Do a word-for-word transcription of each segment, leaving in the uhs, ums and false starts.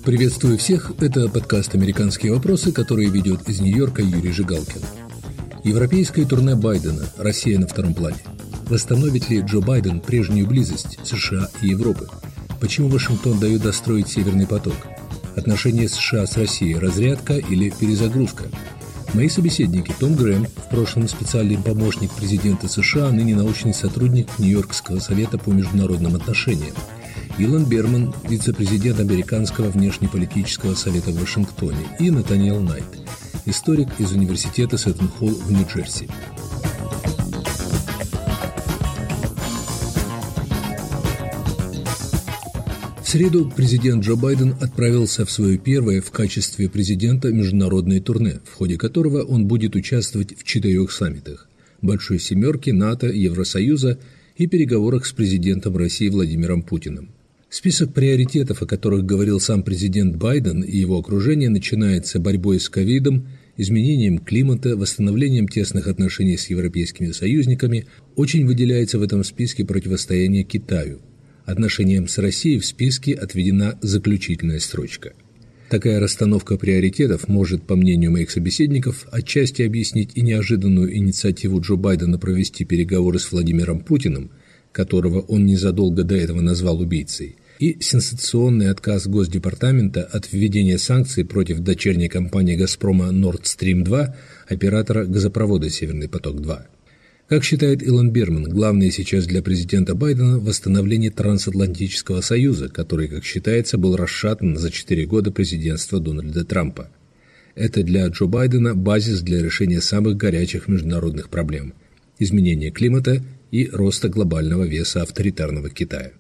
Приветствую всех. Это подкаст «Американские вопросы», который ведет из Нью-Йорка Юрий Жигалкин. Европейское турне Байдена. Россия на втором плане. Восстановит ли Джо Байден прежнюю близость США и Европы? Почему Вашингтон дает достроить Северный поток? Отношения США с Россией – разрядка или перезагрузка? Мои собеседники Том Грэм, в прошлом специальный помощник президента США, ныне научный сотрудник Нью-Йоркского совета по международным отношениям. Илон Берман, вице-президент Американского внешнеполитического совета в Вашингтоне, и Натаниэл Найт, историк из университета Сеттон-Холл в Нью-Джерси. В среду президент Джо Байден отправился в свое первое в качестве президента международное турне, в ходе которого он будет участвовать в четырех саммитах – Большой семерке, НАТО, Евросоюза и переговорах с президентом России Владимиром Путиным. Список приоритетов, о которых говорил сам президент Байден и его окружение, начинается борьбой с ковидом, изменением климата, восстановлением тесных отношений с европейскими союзниками. Очень выделяется в этом списке противостояние Китаю. Отношениям с Россией в списке отведена заключительная строчка. Такая расстановка приоритетов может, по мнению моих собеседников, отчасти объяснить и неожиданную инициативу Джо Байдена провести переговоры с Владимиром Путиным, которого он незадолго до этого назвал убийцей, и сенсационный отказ Госдепартамента от введения санкций против дочерней компании «Газпрома» Nord Stream два, оператора газопровода «Северный поток-два». Как считает Илон Берман, главное сейчас для президента Байдена восстановление трансатлантического союза, который, как считается, был расшатан за четыре года президентства Дональда Трампа. Это для Джо Байдена базис для решения самых горячих международных проблем – изменения климата и роста глобального веса авторитарного Китая.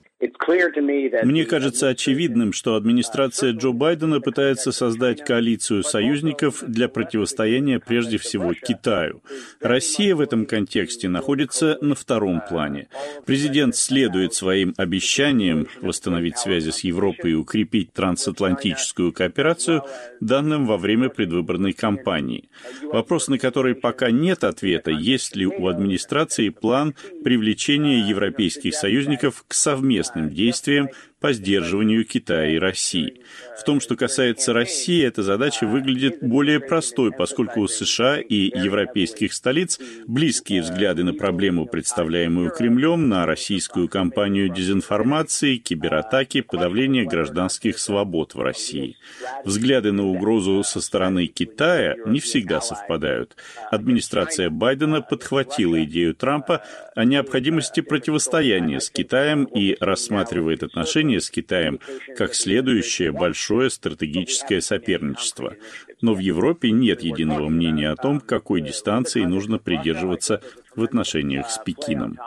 Мне кажется очевидным, что администрация Джо Байдена пытается создать коалицию союзников для противостояния прежде всего Китаю. Россия в этом контексте находится на втором плане. Президент следует своим обещаниям восстановить связи с Европой и укрепить трансатлантическую кооперацию, данным во время предвыборной кампании. Вопрос, на который пока нет ответа, есть ли у администрации план привлечения европейских союзников к совместным действиям по сдерживанию Китая и России. В том, что касается России, эта задача выглядит более простой, поскольку у США и европейских столиц близкие взгляды на проблему, представляемую Кремлем, на российскую кампанию дезинформации, кибератаки, подавление гражданских свобод в России. Взгляды на угрозу со стороны Китая не всегда совпадают. Администрация Байдена подхватила идею Трампа о необходимости противостояния с Китаем и рассматривает отношения с Китаем как следующее большое стратегическое соперничество. Но в Европе нет единого мнения о том, какой дистанции нужно придерживаться в отношениях с Пекином.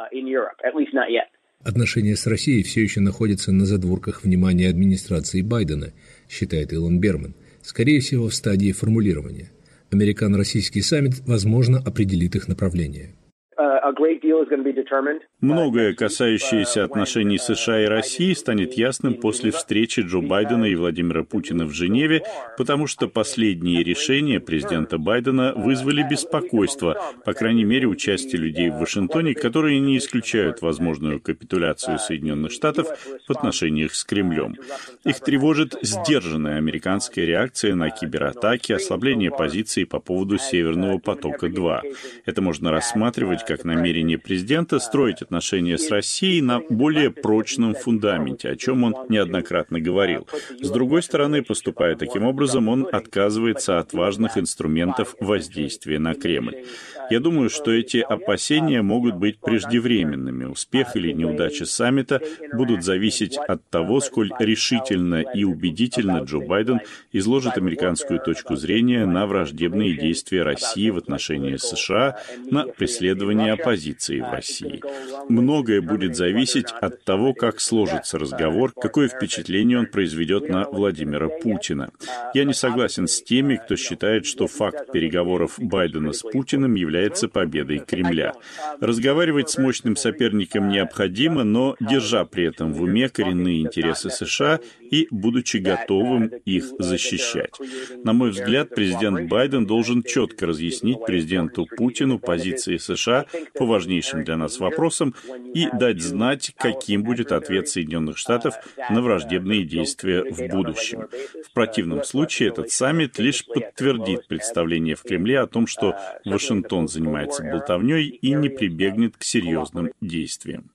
Отношения с Россией все еще находятся на задворках внимания администрации Байдена, считает Илон Берман, скорее всего в стадии формулирования. Американо-российский саммит, возможно, определит их направление. Многое, касающееся отношений США и России, станет ясным после встречи Джо Байдена и Владимира Путина в Женеве, потому что последние решения президента Байдена вызвали беспокойство, по крайней мере, у части людей в Вашингтоне, которые не исключают возможную капитуляцию Соединенных Штатов в отношениях с Кремлем. Их тревожит сдержанная американская реакция на кибератаки, ослабление позиции по поводу Северного потока-два. Это можно рассматривать как намерение президента строить отношения с Россией на более прочном фундаменте, о чем он неоднократно говорил. С другой стороны, поступая таким образом, он отказывается от важных инструментов воздействия на Кремль. Я думаю, что эти опасения могут быть преждевременными. Успех или неудача саммита будут зависеть от того, сколь решительно и убедительно Джо Байден изложит американскую точку зрения на враждебные действия России в отношении США, на преследование оппозиции в России. Многое будет зависеть от того, как сложится разговор, какое впечатление он произведет на Владимира Путина. Я не согласен с теми, кто считает, что факт переговоров Байдена с Путиным является победой Кремля. Разговаривать с мощным соперником необходимо, но держа при этом в уме коренные интересы США и будучи готовым их защищать. На мой взгляд, президент Байден должен четко разъяснить президенту Путину позиции США по важнейшим для нас вопросам и дать знать, каким будет ответ Соединенных Штатов на враждебные действия в будущем. В противном случае этот саммит лишь подтвердит представление в Кремле о том, что Вашингтон занимается болтовней и не прибегнет к серьезным действиям.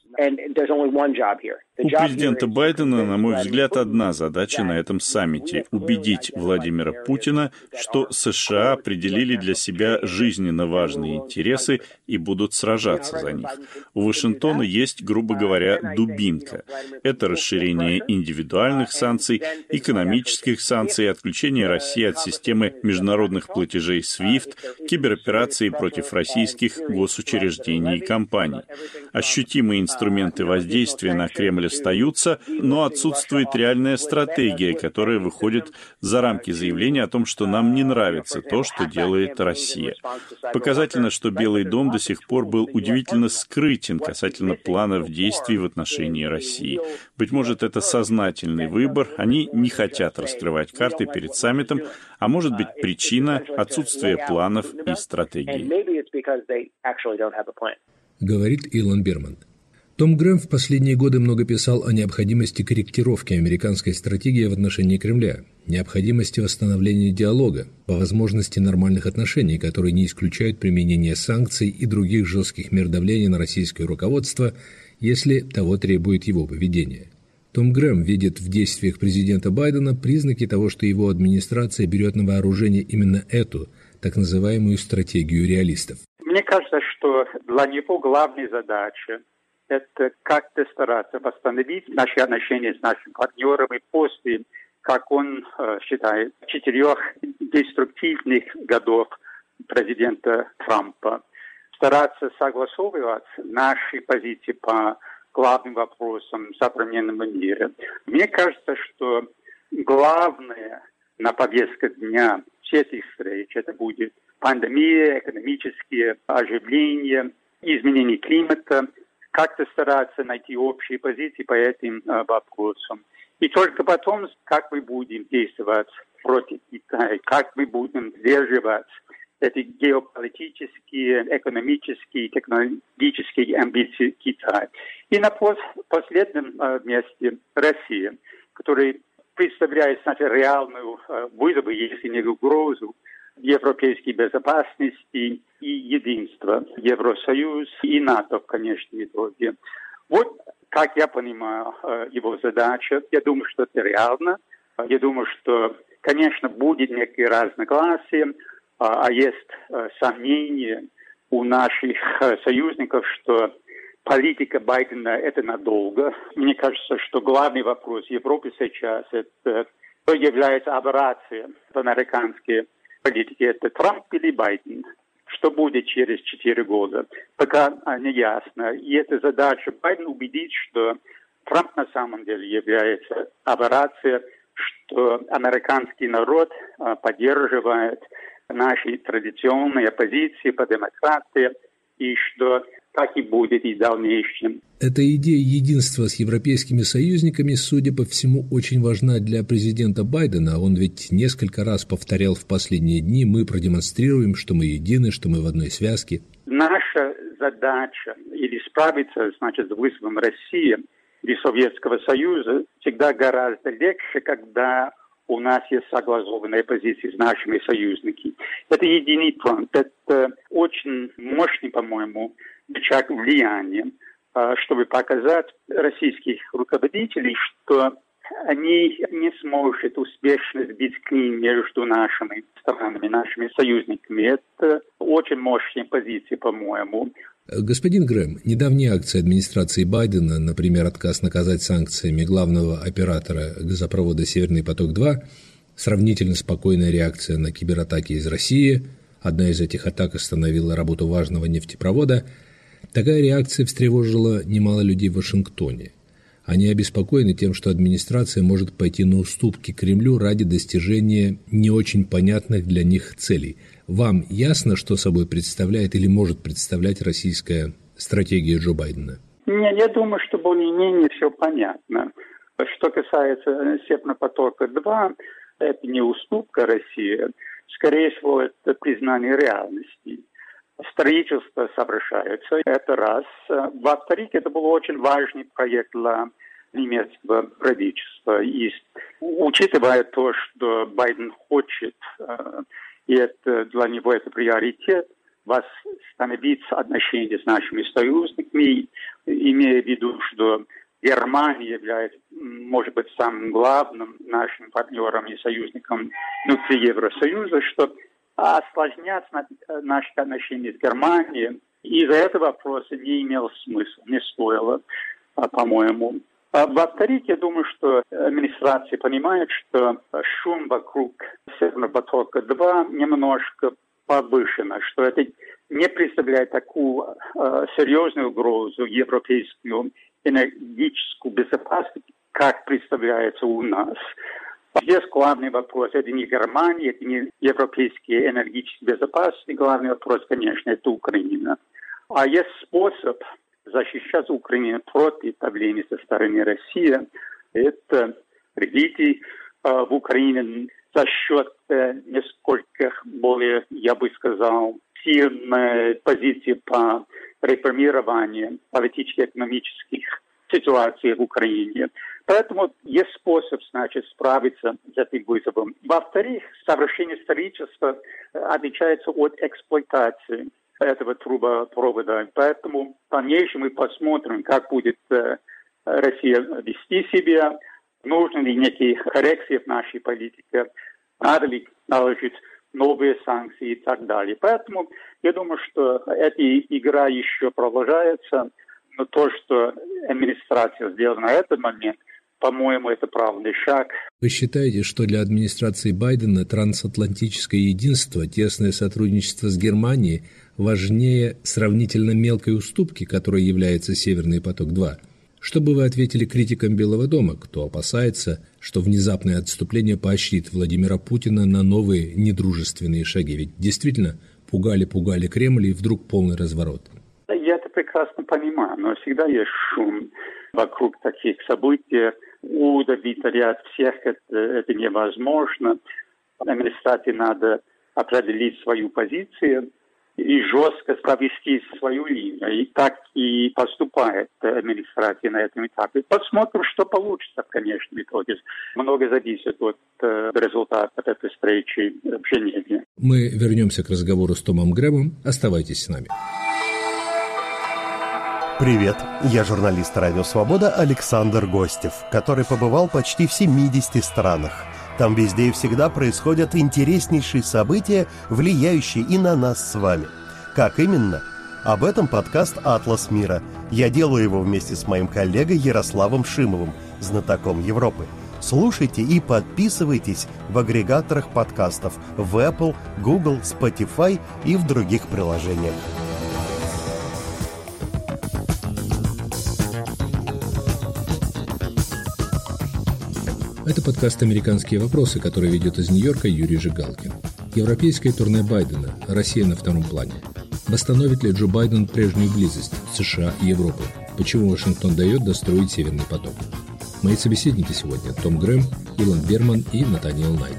У президента Байдена, на мой взгляд, одна задача на этом саммите – убедить Владимира Путина, что США определили для себя жизненно важные интересы и будут сражаться за них. У Вашингтона есть, грубо говоря, дубинка. Это расширение индивидуальных санкций, экономических санкций, отключение России от системы международных платежей свифт, кибероперации против российских госучреждений и компаний. Ощутимые инструменты воздействия на Кремль остаются, но отсутствует реальная стратегия, которая выходит за рамки заявления о том, что нам не нравится то, что делает Россия. Показательно, что Белый дом до сих пор был удивительно скрытен касательно планов действий в отношении России. Быть может, это сознательный выбор, они не хотят раскрывать карты перед саммитом, а может быть причина – отсутствие планов и стратегии. Говорит Илон Берман. Том Грэм в последние годы много писал о необходимости корректировки американской стратегии в отношении Кремля, необходимости восстановления диалога, по возможности нормальных отношений, которые не исключают применение санкций и других жестких мер давления на российское руководство, если того требует его поведение. Том Грэм видит в действиях президента Байдена признаки того, что его администрация берет на вооружение именно эту, так называемую стратегию реалистов. Мне кажется, что для него главная задача – это как-то стараться восстановить наши отношения с нашими партнерами после, как он э, считает, четырех деструктивных годов президента Трампа. Стараться согласовывать наши позиции по главным вопросам современного мира. Мне кажется, что главное на повестке дня всех этих встреч это будет пандемия, экономические оживления, изменение климата, как-то стараться найти общие позиции по этим э, вопросам. И только потом, как мы будем действовать против Китая, как мы будем сдерживать эти геополитические, экономические, технологические амбиции Китая. И на последнем э, месте Россия, которая представляет, значит, реальную э, вызов, если не угрозу, европейской безопасности и единства, Евросоюз и НАТО в конечном итоге. Вот как я понимаю его задача. Я думаю, что это реально. Я думаю, что, конечно, будет некие разногласия, а есть сомнения у наших союзников, что политика Байдена – это надолго. Мне кажется, что главный вопрос Европы сейчас – это что является аберрацией в американской политики, это Трамп или Байден. Что будет через четыре года, пока не ясно. И эта задача Байдена убедить, что Трамп на самом деле является аберрацией, что американский народ поддерживает наши традиционные позиции по демократии, и что так и будет и в дальнейшем. Эта идея единства с европейскими союзниками, судя по всему, очень важна для президента Байдена. Он ведь несколько раз повторял в последние дни: мы продемонстрируем, что мы едины, что мы в одной связке. Наша задача или справиться, значит, с вызовом России или Советского Союза всегда гораздо легче, когда у нас есть согласованные позиции с нашими союзниками. Это единый фронт, это очень мощный, по-моему, рычаг влияния, чтобы показать российских руководителей, что они не смогут успешно сбить клин между нашими странами, нашими союзниками. Это очень мощная позиция, по-моему. Господин Грэм, недавние акции администрации Байдена, например, отказ наказать санкциями главного оператора газопровода «Северный поток-два», сравнительно спокойная реакция на кибератаки из России, одна из этих атак остановила работу важного нефтепровода, такая реакция встревожила немало людей в Вашингтоне. Они обеспокоены тем, что администрация может пойти на уступки Кремлю ради достижения не очень понятных для них целей. Вам ясно, что собой представляет или может представлять российская стратегия Джо Байдена? Нет, я думаю, что более-менее все понятно. Что касается Северного потока-два, это не уступка России, скорее всего, это признание реальности. Строительство совершается, это раз. Во-вторых, это был очень важный проект для немецкого правительства. И учитывая то, что Байден хочет, и это для него это приоритет, восстановить отношения с нашими союзниками, имея в виду, что Германия является, может быть, самым главным нашим партнером и союзником внутри Евросоюза, что осложнять наши отношения с Германией из-за этого вопроса не имел смысла, не стоило, по-моему. А во-вторых, я думаю, что администрация понимает, что шум вокруг Северного потока-два немножко повышено, что это не представляет такую э, серьезную угрозу европейскую энергетическую безопасность, как представляется у нас. Здесь главный вопрос – это не Германия, это не европейские энергетические безопасности. Главный вопрос, конечно, это Украина. А есть способ защищать Украину против давления со стороны России. Это кредиты э, в Украине за счет э, несколько более, я бы сказал, сильной позиции по реформированию политически-экономических ситуаций в Украине. Поэтому есть способ, значит, справиться с этим вызовом. Во-вторых, совершение строительства отличается от эксплуатации этого трубопровода. Поэтому в дальнейшем мы посмотрим, как будет э, Россия вести себя, нужны ли некие коррекции в нашей политике, надо ли наложить новые санкции и так далее. Поэтому я думаю, что эта игра еще продолжается, но то, что администрация сделала на этот момент, по-моему, это правильный шаг. Вы считаете, что для администрации Байдена трансатлантическое единство, тесное сотрудничество с Германией важнее сравнительно мелкой уступки, которой является Северный поток-два? Что бы вы ответили критикам Белого дома, кто опасается, что внезапное отступление поощрит Владимира Путина на новые недружественные шаги? Ведь действительно пугали-пугали Кремль, и вдруг полный разворот. Я это прекрасно понимаю, но всегда есть шум вокруг таких событий. Удовлетворять всех это, это невозможно. Администрации надо определить свою позицию и жестко провести свою линию. И так и поступает администрация на этом этапе. Посмотрим, что получится в конечном итоге. Много зависит от э, результата этой встречи в Женеве. Мы вернемся к разговору с Томом Грэмом. Оставайтесь с нами. Привет, я журналист «Радио Свобода» Александр Гостев, который побывал почти в семидесяти странах. Там везде и всегда происходят интереснейшие события, влияющие и на нас с вами. Как именно? Об этом подкаст «Атлас мира». Я делаю его вместе с моим коллегой Ярославом Шимовым, знатоком Европы. Слушайте и подписывайтесь в агрегаторах подкастов в Apple, Google, Spotify и в других приложениях. Это подкаст «Американские вопросы», который ведет из Нью-Йорка Юрий Жигалкин. Европейское турне Байдена, Россия на втором плане. Восстановит ли Джо Байден прежнюю близость США и Европы? Почему Вашингтон дает достроить Северный поток? Мои собеседники сегодня – Том Грэм, Илон Берман и Натаниэл Найт.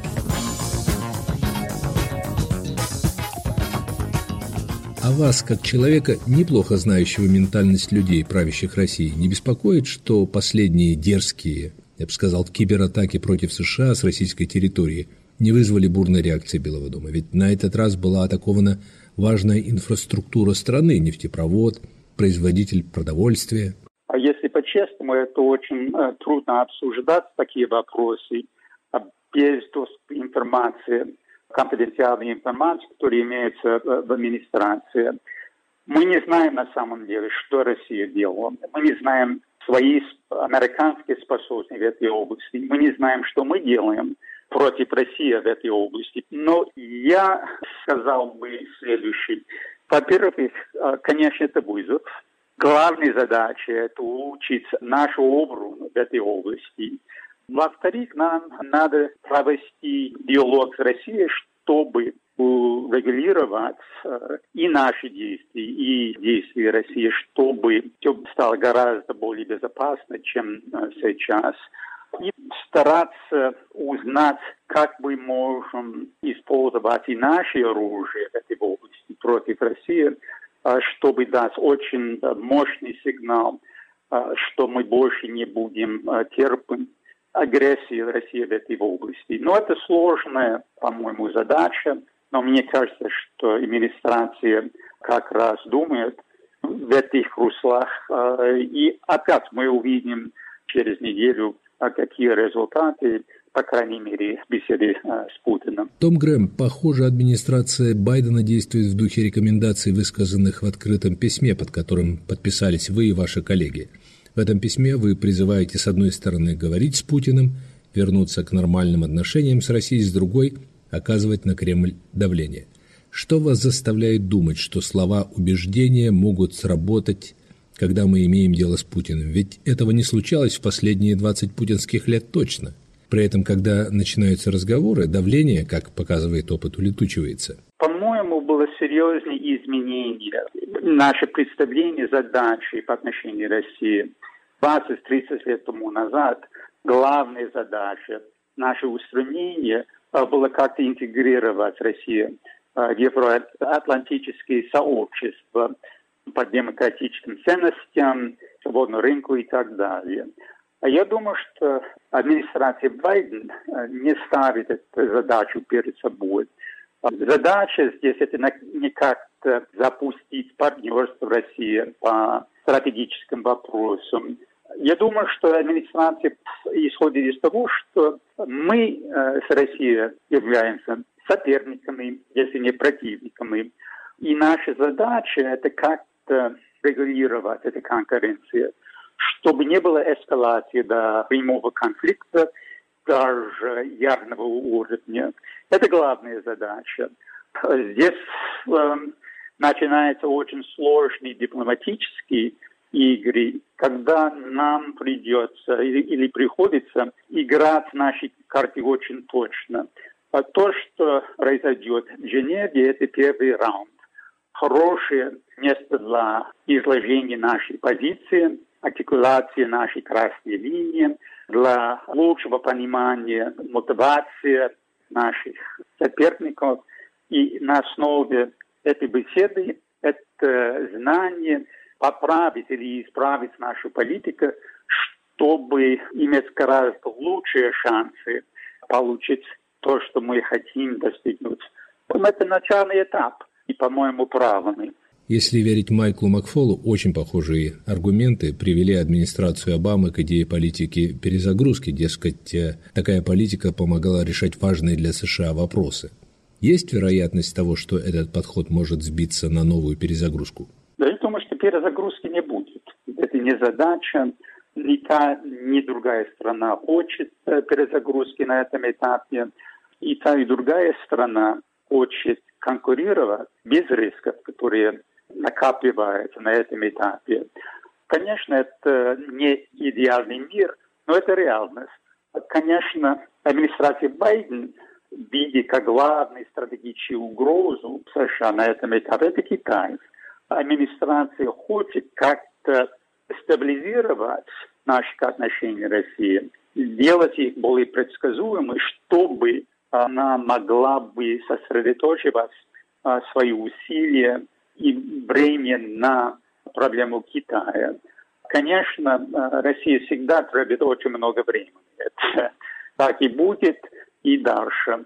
А вас, как человека, неплохо знающего ментальность людей, правящих Россией, не беспокоит, что последние дерзкие, я бы сказал, кибератаки против США с российской территории не вызвали бурной реакции Белого дома? Ведь на этот раз была атакована важная инфраструктура страны, нефтепровод, производитель продовольствия. А если по-честному, это очень э, трудно обсуждать такие вопросы без доступа информации, конфиденциальной информации, которая имеется в администрации. Мы не знаем на самом деле, что Россия делала. Мы не знаем свои американские способности в этой области. Мы не знаем, что мы делаем против России в этой области. Но я сказал бы следующее. Во-первых, конечно, это вызов. Главная задача – это улучшить нашу оборону в этой области. Во-вторых, нам надо провести диалог с Россией, чтобы регулировать э, и наши действия, и действия России, чтобы все стало гораздо более безопасно, чем э, сейчас. и стараться узнать, как мы можем использовать и наше оружие в этой области против России, чтобы дать очень мощный сигнал, что мы больше не будем терпеть агрессии России в этой области. Но это сложная, по-моему, задача, но мне кажется, что администрация как раз думает в этих руслах, и опять мы увидим через неделю, какие результаты, по крайней мере, беседы с Путиным. Том Грэм, похоже, администрация Байдена действует в духе рекомендаций, высказанных в открытом письме, под которым подписались вы и ваши коллеги. В этом письме вы призываете, с одной стороны, говорить с Путиным, вернуться к нормальным отношениям с Россией, с другой – оказывать на Кремль давление. Что вас заставляет думать, что слова убеждения могут сработать, когда мы имеем дело с Путиным? Ведь этого не случалось в последние двадцать путинских лет точно. При этом, когда начинаются разговоры, давление, как показывает опыт, улетучивается. По-моему, было серьезное изменение. Наше представление задачи по отношению к России двадцать-тридцать лет тому назад, главная задача, наше устремление было как-то интегрировать Россию в евроатлантические сообщества по демократическим ценностям, свободному рынку и так далее. А я думаю, что администрация Байден не ставит эту задачу перед собой. Задача здесь это не как-то запустить партнерство России по стратегическим вопросам. Я думаю, что администрация исходит из того, что мы с Россией являемся соперниками, если не противниками. И наша задача это как-то регулировать эту конкуренцию, чтобы не было эскалации до прямого конфликта, даже явного уровня. Это главная задача. Здесь э, начинаются очень сложные дипломатические игры, когда нам придется или, или приходится играть наши карты очень точно. А то, что произойдет в Женеве, это первый раунд. Хорошее место для изложения нашей позиции, артикуляции нашей красной линии, для лучшего понимания мотивации наших соперников. И на основе этой беседы, это знание поправить или исправить нашу политику, чтобы иметь гораздо лучшие шансы получить то, что мы хотим достигнуть. Это начальный этап, и, по-моему, правильный. Если верить Майклу Макфолу, очень похожие аргументы привели администрацию Обамы к идее политики перезагрузки. Дескать, такая политика помогала решать важные для США вопросы. Есть вероятность того, что этот подход может сбиться на новую перезагрузку? Да, я думаю, что перезагрузки не будет. Это не задача. Ни та, ни другая страна хочет перезагрузки на этом этапе. И та, и другая страна хочет конкурировать без рисков, которые накапливаются на этом этапе. Конечно, это не идеальный мир, но это реальность. Конечно, администрация Байден видит как главную стратегическую угрозу США на этом этапе, это Китай. Администрация хочет как-то стабилизировать наши отношения с Россией, сделать их более предсказуемыми, чтобы она могла бы сосредоточивать а, свои усилия и время на проблему Китая. Конечно, Россия всегда требует очень много времени. Это так и будет и дальше.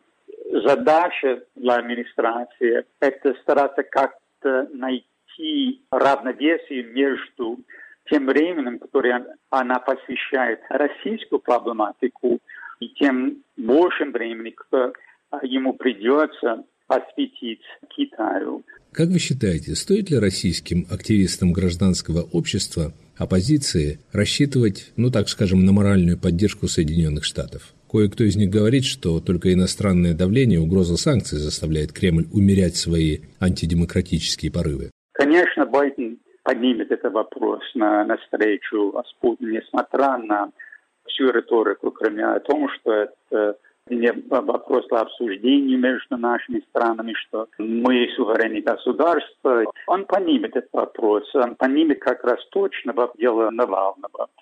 Задача для администрации – это стараться как-то найти равновесие между тем временем, которое она посвящает российскую проблематику, и тем большим временем, что ему придется посвятить Китаю. Как вы считаете, стоит ли российским активистам гражданского общества, оппозиции, рассчитывать, ну так скажем, на моральную поддержку Соединенных Штатов? Кое-кто из них говорит, что только иностранное давление, угроза санкций заставляет Кремль умерять свои антидемократические порывы. Конечно, Байден поднимет этот вопрос на, на встречу с Путиным, несмотря на всю риторику Кремля о том, что это не вопрос для обсуждения между нашими странами, что мы суверенное государство. Он поднимет этот вопрос, он поднимет как раз точно в дело Навального.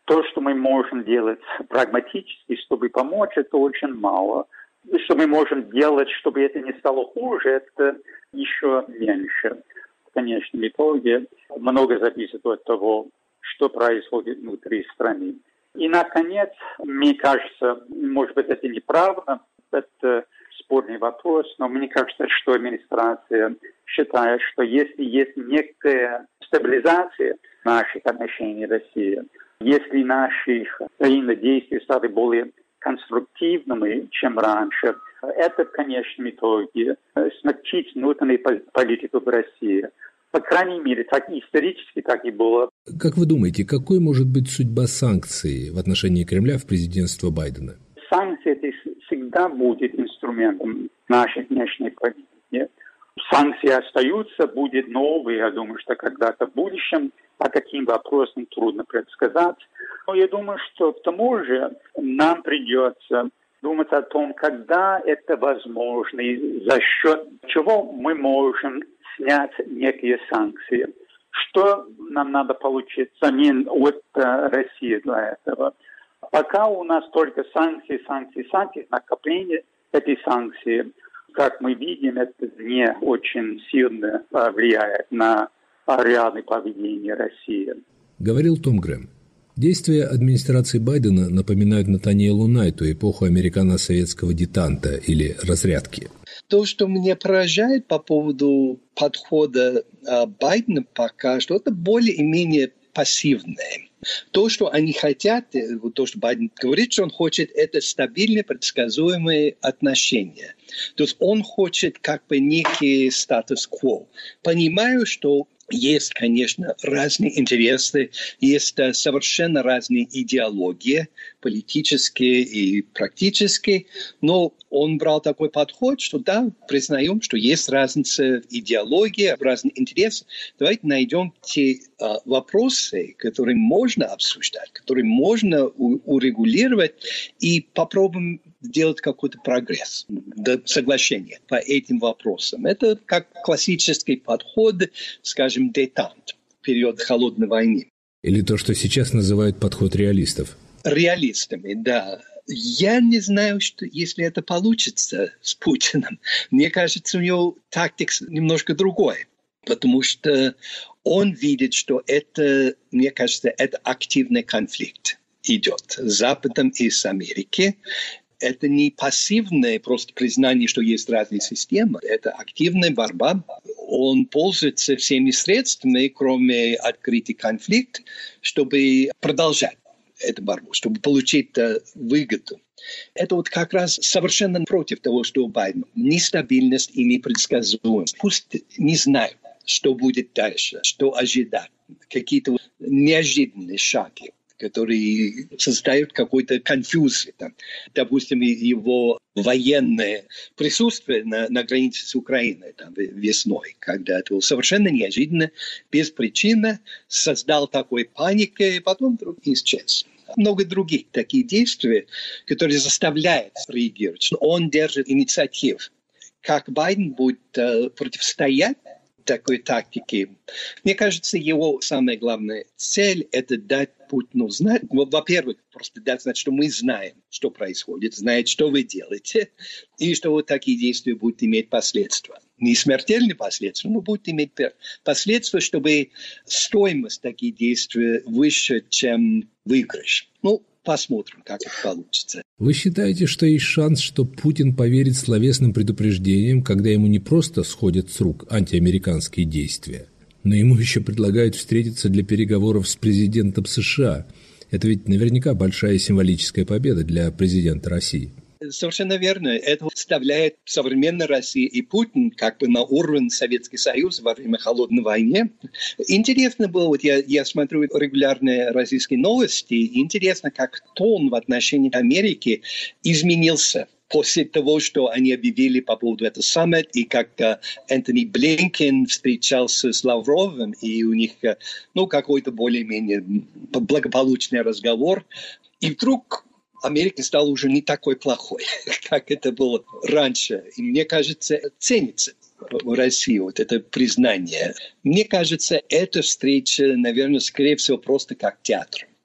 То, что мы можем делать прагматически, чтобы помочь, это очень мало. Что мы можем делать, чтобы это не стало хуже, это еще меньше. В конечном итоге много зависит от того, что происходит внутри страны. И, наконец, мне кажется, может быть, это неправда, это спорный вопрос, но мне кажется, что администрация считает, что если есть некая стабилизация наших отношений с Россией, если наши военные действия стали более конструктивными, чем раньше, это в конечном итоге смягчит внутреннюю политику в России. По крайней мере, так и исторически, так и было. Как вы думаете, какой может быть судьба санкций в отношении Кремля в президентство Байдена? Санкции это всегда будет инструментом нашей внешней политики. Санкции остаются, будет новые, я думаю, что когда-то в будущем, по каким вопросам трудно предсказать. Но я думаю, что к тому же нам придется думать о том, когда это возможно и за счет чего мы можем снять некие санкции. Что нам надо получить взамен от России для этого? Пока у нас только санкции, санкции, санкции, накопление этой санкции, как мы видим, это не очень сильно влияет на реальное поведение России. Говорил Том Грэм. Действия администрации Байдена напоминают Натаниэлу Найту эпоху американо-советского детанта или разрядки. То, что меня поражает по поводу подхода э, Байдена пока, что это более-менее пассивное. То, что они хотят, то, что Байден говорит, что он хочет, это стабильные, предсказуемые отношения. То есть он хочет как бы некий статус-кво. Понимаю, что есть, конечно, разные интересы, есть совершенно разные идеологии, политические и практические, но он брал такой подход, что да, признаем, что есть разница в идеологии, разные интересы. Давайте найдем те а, вопросы, которые можно обсуждать, которые можно у- урегулировать и попробуем сделать какой-то прогресс, до соглашения по этим вопросам. Это как классический подход, скажем, детант в период холодной войны. Или то, что сейчас называют подход реалистов. Реалистами, да. Я не знаю, что, если это получится с Путиным. Мне кажется, у него тактик немножко другой. Потому что он видит, что это, мне кажется, это активный конфликт идет с Западом и с Америкой. Это не пассивное просто признание, что есть разные системы. Это активная борьба. Он пользуется всеми средствами, кроме открытия конфликта, чтобы продолжать эту борьбу, чтобы получить uh, выгоду. Это вот как раз совершенно против того, что у Байдена. Нестабильность и непредсказуемость. Пусть не знают, что будет дальше, что ожидать. Какие-то неожиданные шаги, которые создают какой-то конфузию. Там, допустим, его военное присутствие на, на границе с Украиной там, весной, когда это было совершенно неожиданно, без причины, создал такой панику, и потом вдруг исчез. Много других таких действий, которые заставляют реагировать. Он держит инициативу. Как Байден будет э, противостоять такой тактики. Мне кажется, его самая главная цель – это дать Путину знать. Во-первых, просто дать знать, что мы знаем, что происходит, знает, что вы делаете, и что вот такие действия будут иметь последствия. Не смертельные последствия, но будут иметь последствия, чтобы стоимость таких действий выше, чем выигрыш. Ну, посмотрим, как это получится. Вы считаете, что есть шанс, что Путин поверит словесным предупреждениям, когда ему не просто сходят с рук антиамериканские действия, но ему еще предлагают встретиться для переговоров с президентом США? Это ведь наверняка большая символическая победа для президента России. Совершенно верно. Это вставляет современную Россию и Путин как бы на уровень Советский Союз во время холодной войны. Интересно было, вот я, я смотрю регулярные российские новости, интересно, как тон в отношении Америки изменился после того, что они объявили по поводу этого саммита, и как uh, Энтони Блинкен встречался с Лавровым, и у них uh, ну, какой-то более-менее благополучный разговор. И вдруг Америка стала уже не такой плохой, как это было раньше. И мне кажется, ценится в России вот это признание. Мне кажется, эта встреча, наверное, скорее всего, просто как театр.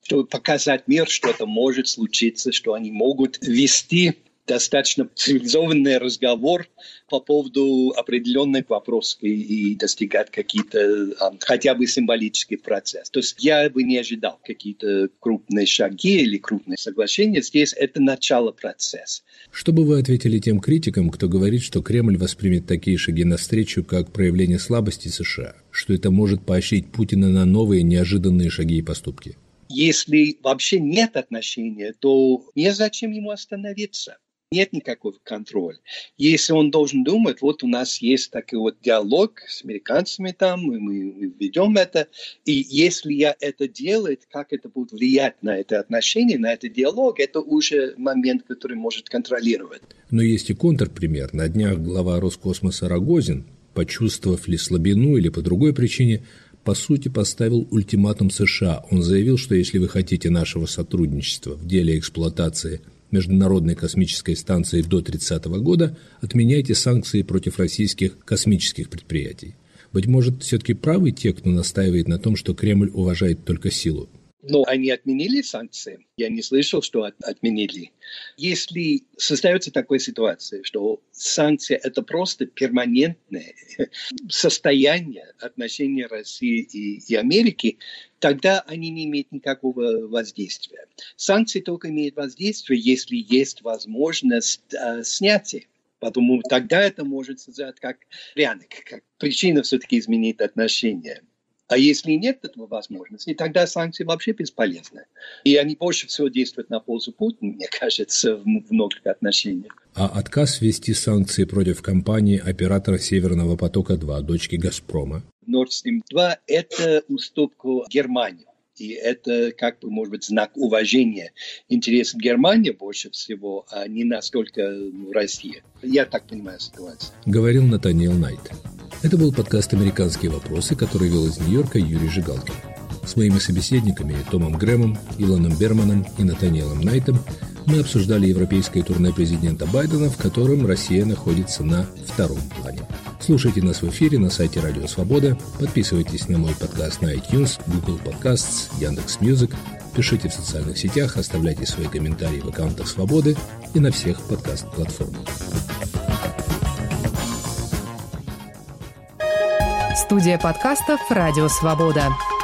чтобы показать мир, что это может случиться, что они могут вести достаточно цивилизованный разговор по поводу определенных вопросов и, и достигать какие-то а, хотя бы символический процесс. То есть я бы не ожидал какие-то крупные шаги или крупные соглашения. Здесь это начало процесса. Что бы вы ответили тем критикам, кто говорит, что Кремль воспримет такие шаги навстречу, как проявление слабости США, что это может поощрить Путина на новые неожиданные шаги и поступки? Если вообще нет отношения, то незачем ему остановиться. Нет никакого контроля. Если он должен думать, вот у нас есть такой вот диалог с американцами там, и мы, мы ведем это, и если я это делаю, как это будет влиять на это отношение, на этот диалог, это уже момент, который может контролировать. Но есть и контрпример. На днях глава Роскосмоса Рогозин, почувствовав ли слабину или по другой причине, по сути, поставил ультиматум США. Он заявил, что если вы хотите нашего сотрудничества в деле эксплуатации Международной космической станции до тридцатого года, отменяйте санкции против российских космических предприятий. Быть может, все-таки правы те, кто настаивает на том, что Кремль уважает только силу? Но они отменили санкции. Я не слышал, что от, отменили. Если создается такая ситуация, что санкции – это просто перманентное состояние отношений России и, и Америки, тогда они не имеют никакого воздействия. Санкции только имеют воздействие, если есть возможность э, снятия. Потому тогда это может создать как пряник, как причина все-таки изменить отношения. А если нет этого возможности, тогда санкции вообще бесполезны. И они больше всего действуют на пользу Путина, мне кажется, в многих отношениях. А отказ ввести санкции против компании оператора Северного потока-два, дочки «Газпрома»? Nord Stream два – это уступка Германии. И это, как бы, может быть, знак уважения интересам Германии больше всего, а не настолько России. Я так понимаю ситуацию. Говорил Натаниэл Найт. Это был подкаст «Американские вопросы», который вел из Нью-Йорка Юрий Жигалкин. С моими собеседниками Томом Грэмом, Илоном Берманом и Натаниэлом Найтом мы обсуждали европейское турне президента Байдена, в котором Россия находится на втором плане. Слушайте нас в эфире на сайте Радио Свобода, подписывайтесь на мой подкаст на iTunes, Google Podcasts, Яндекс.Мьюзик, пишите в социальных сетях, оставляйте свои комментарии в аккаунтах Свободы и на всех подкаст-платформах. Студия подкастов «Радио Свобода».